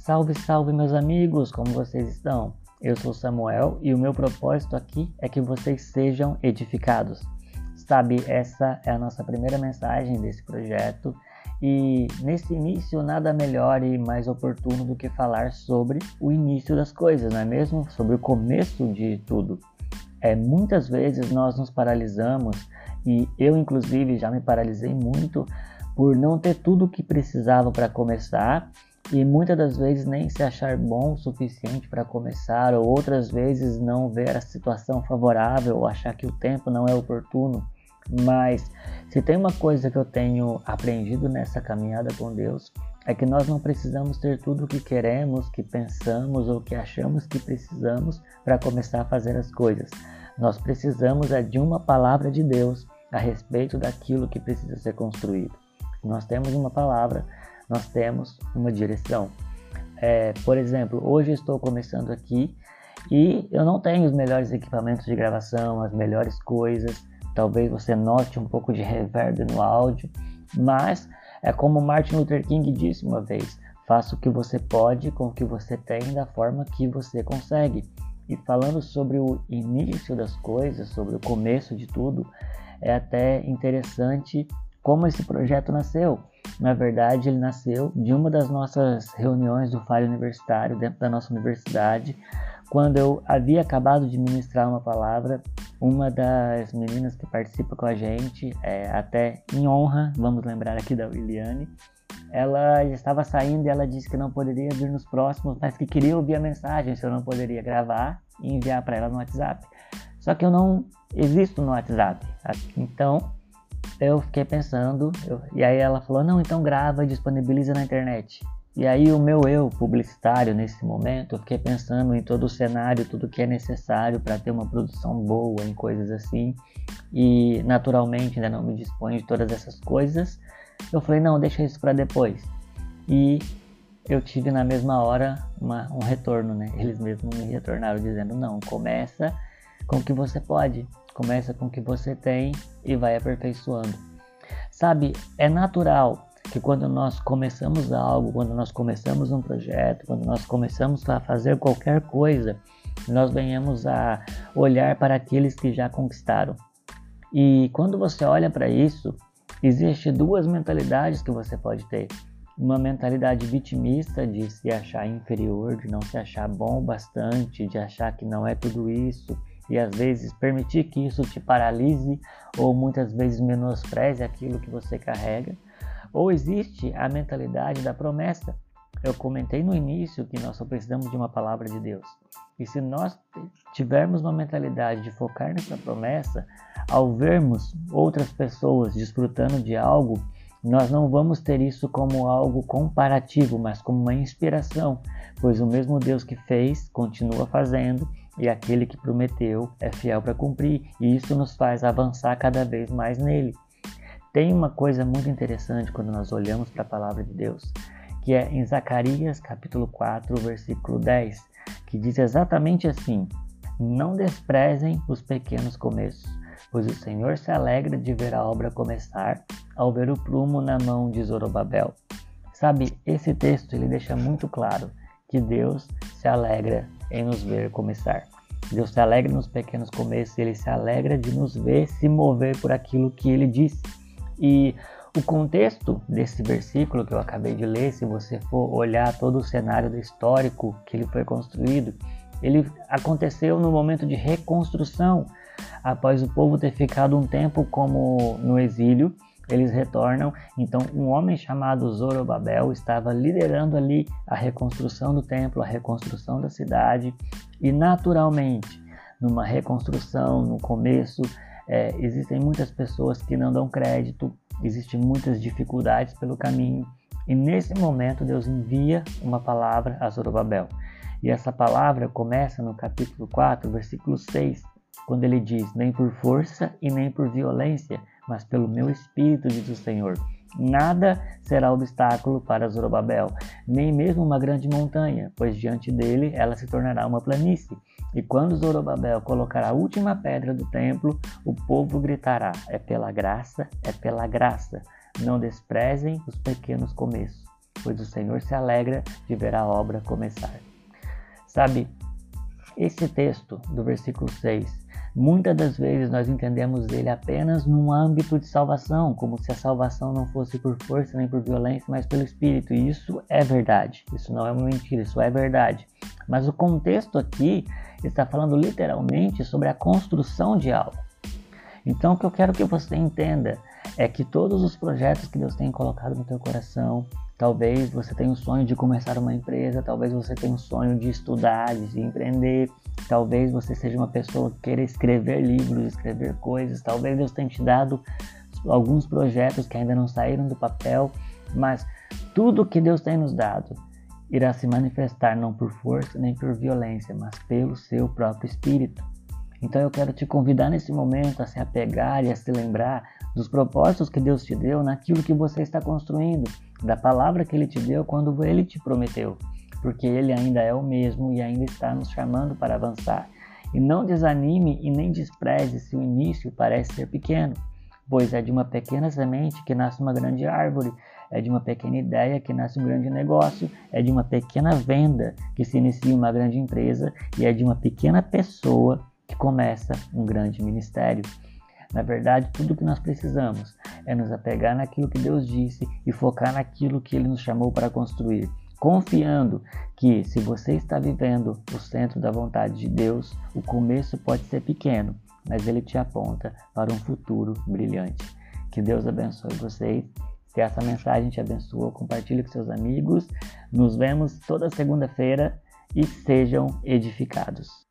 Salve, salve meus amigos, como vocês estão? Eu sou Samuel e o meu propósito aqui é que vocês sejam edificados. Sabe, essa é a nossa primeira mensagem desse projeto e nesse início nada melhor e mais oportuno do que falar sobre o início das coisas, não é mesmo? Sobre o começo de tudo. Muitas vezes nós nos paralisamos e eu inclusive já me paralisei muito por não ter tudo o que precisava para começar e muitas das vezes nem se achar bom o suficiente para começar, ou outras vezes não ver a situação favorável ou achar que o tempo não é oportuno. Mas se tem uma coisa que eu tenho aprendido nessa caminhada com Deus, é que nós não precisamos ter tudo o que queremos, que pensamos ou que achamos que precisamos para começar a fazer as coisas. Nós precisamos de uma palavra de Deus a respeito daquilo que precisa ser construído. Nós temos uma palavra, nós temos uma direção. Por exemplo, hoje eu estou começando aqui e eu não tenho os melhores equipamentos de gravação, as melhores coisas. Talvez você note um pouco de reverb no áudio, mas é como Martin Luther King disse uma vez: faça o que você pode com o que você tem da forma que você consegue. E falando sobre o início das coisas, sobre o começo de tudo, é até interessante como esse projeto nasceu. Na verdade, ele nasceu de uma das nossas reuniões do Fire Universitário dentro da nossa universidade, quando eu havia acabado de ministrar uma palavra. Uma das meninas que participa com a gente, até em honra, vamos lembrar aqui da Williane, ela estava saindo e ela disse que não poderia vir nos próximos, mas que queria ouvir a mensagem, se eu não poderia gravar e enviar para ela no WhatsApp. Só que eu não existo no WhatsApp, então eu fiquei pensando, e aí ela falou: não, então grava e disponibiliza na internet. E aí o meu eu publicitário nesse momento, eu fiquei pensando em todo o cenário, tudo que é necessário para ter uma produção boa, em coisas assim, e naturalmente ainda não me disponho de todas essas coisas. Eu falei: não, deixa isso para depois. E eu tive na mesma hora um retorno, né? Eles mesmos me retornaram dizendo: não, começa com o que você pode, começa com o que você tem e vai aperfeiçoando. Sabe, é natural que quando nós começamos algo, quando nós começamos um projeto, quando nós começamos a fazer qualquer coisa, nós venhamos a olhar para aqueles que já conquistaram. E quando você olha para isso, existem duas mentalidades que você pode ter. Uma mentalidade vitimista, de se achar inferior, de não se achar bom bastante, de achar que não é tudo isso, e às vezes permitir que isso te paralise ou muitas vezes menospreze aquilo que você carrega. Ou existe a mentalidade da promessa. Eu comentei no início que nós só precisamos de uma palavra de Deus. E se nós tivermos uma mentalidade de focar nessa promessa, ao vermos outras pessoas desfrutando de algo, nós não vamos ter isso como algo comparativo, mas como uma inspiração, pois o mesmo Deus que fez continua fazendo e aquele que prometeu é fiel para cumprir, e isso nos faz avançar cada vez mais nele. Tem uma coisa muito interessante quando nós olhamos para a palavra de Deus, que é em Zacarias capítulo 4, versículo 10, que diz exatamente assim: não desprezem os pequenos começos, pois o Senhor se alegra de ver a obra começar, ao ver o prumo na mão de Zorobabel. Sabe, esse texto ele deixa muito claro que Deus se alegra em nos ver começar. Deus se alegra nos pequenos começos, Ele se alegra de nos ver se mover por aquilo que Ele disse. E o contexto desse versículo que eu acabei de ler, se você for olhar todo o cenário histórico que ele foi construído, ele aconteceu no momento de reconstrução. Após o povo ter ficado um tempo como no exílio, eles retornam. Então um homem chamado Zorobabel estava liderando ali a reconstrução do templo, a reconstrução da cidade. E naturalmente, numa reconstrução, no começo, existem muitas pessoas que não dão crédito, existem muitas dificuldades pelo caminho, e nesse momento Deus envia uma palavra a Zorobabel. E essa palavra começa no capítulo 4, versículo 6, quando ele diz: nem por força e nem por violência, mas pelo meu espírito, diz o Senhor. Nada será obstáculo para Zorobabel, nem mesmo uma grande montanha, pois diante dele ela se tornará uma planície. E quando Zorobabel colocar a última pedra do templo, o povo gritará: é pela graça, não desprezem os pequenos começos. pois o Senhor se alegra de ver a obra começar. Sabe, esse texto do versículo 6, muitas das vezes nós entendemos ele apenas num âmbito de salvação, como se a salvação não fosse por força nem por violência, mas pelo Espírito. E isso é verdade, isso não é uma mentira, isso é verdade. Mas o contexto aqui está falando literalmente sobre a construção de algo. Então, o que eu quero que você entenda é que todos os projetos que Deus tem colocado no teu coração, talvez você tenha um sonho de começar uma empresa, talvez você tenha um sonho de estudar, de empreender, talvez você seja uma pessoa que queira escrever livros, escrever coisas, talvez Deus tenha te dado alguns projetos que ainda não saíram do papel, mas tudo que Deus tem nos dado irá se manifestar não por força nem por violência, mas pelo seu próprio Espírito. Então eu quero te convidar nesse momento a se apegar e a se lembrar dos propósitos que Deus te deu naquilo que você está construindo, da palavra que Ele te deu quando Ele te prometeu, porque Ele ainda é o mesmo e ainda está nos chamando para avançar. E não desanime e nem despreze se o início parece ser pequeno, pois é de uma pequena semente que nasce uma grande árvore, é de uma pequena ideia que nasce um grande negócio, é de uma pequena venda que se inicia uma grande empresa e é de uma pequena pessoa que começa um grande ministério. Na verdade, tudo o que nós precisamos é nos apegar naquilo que Deus disse e focar naquilo que Ele nos chamou para construir, confiando que se você está vivendo o centro da vontade de Deus, o começo pode ser pequeno, mas Ele te aponta para um futuro brilhante. Que Deus abençoe vocês. Se essa mensagem te abençoou, compartilhe com seus amigos. Nos vemos toda segunda-feira e sejam edificados.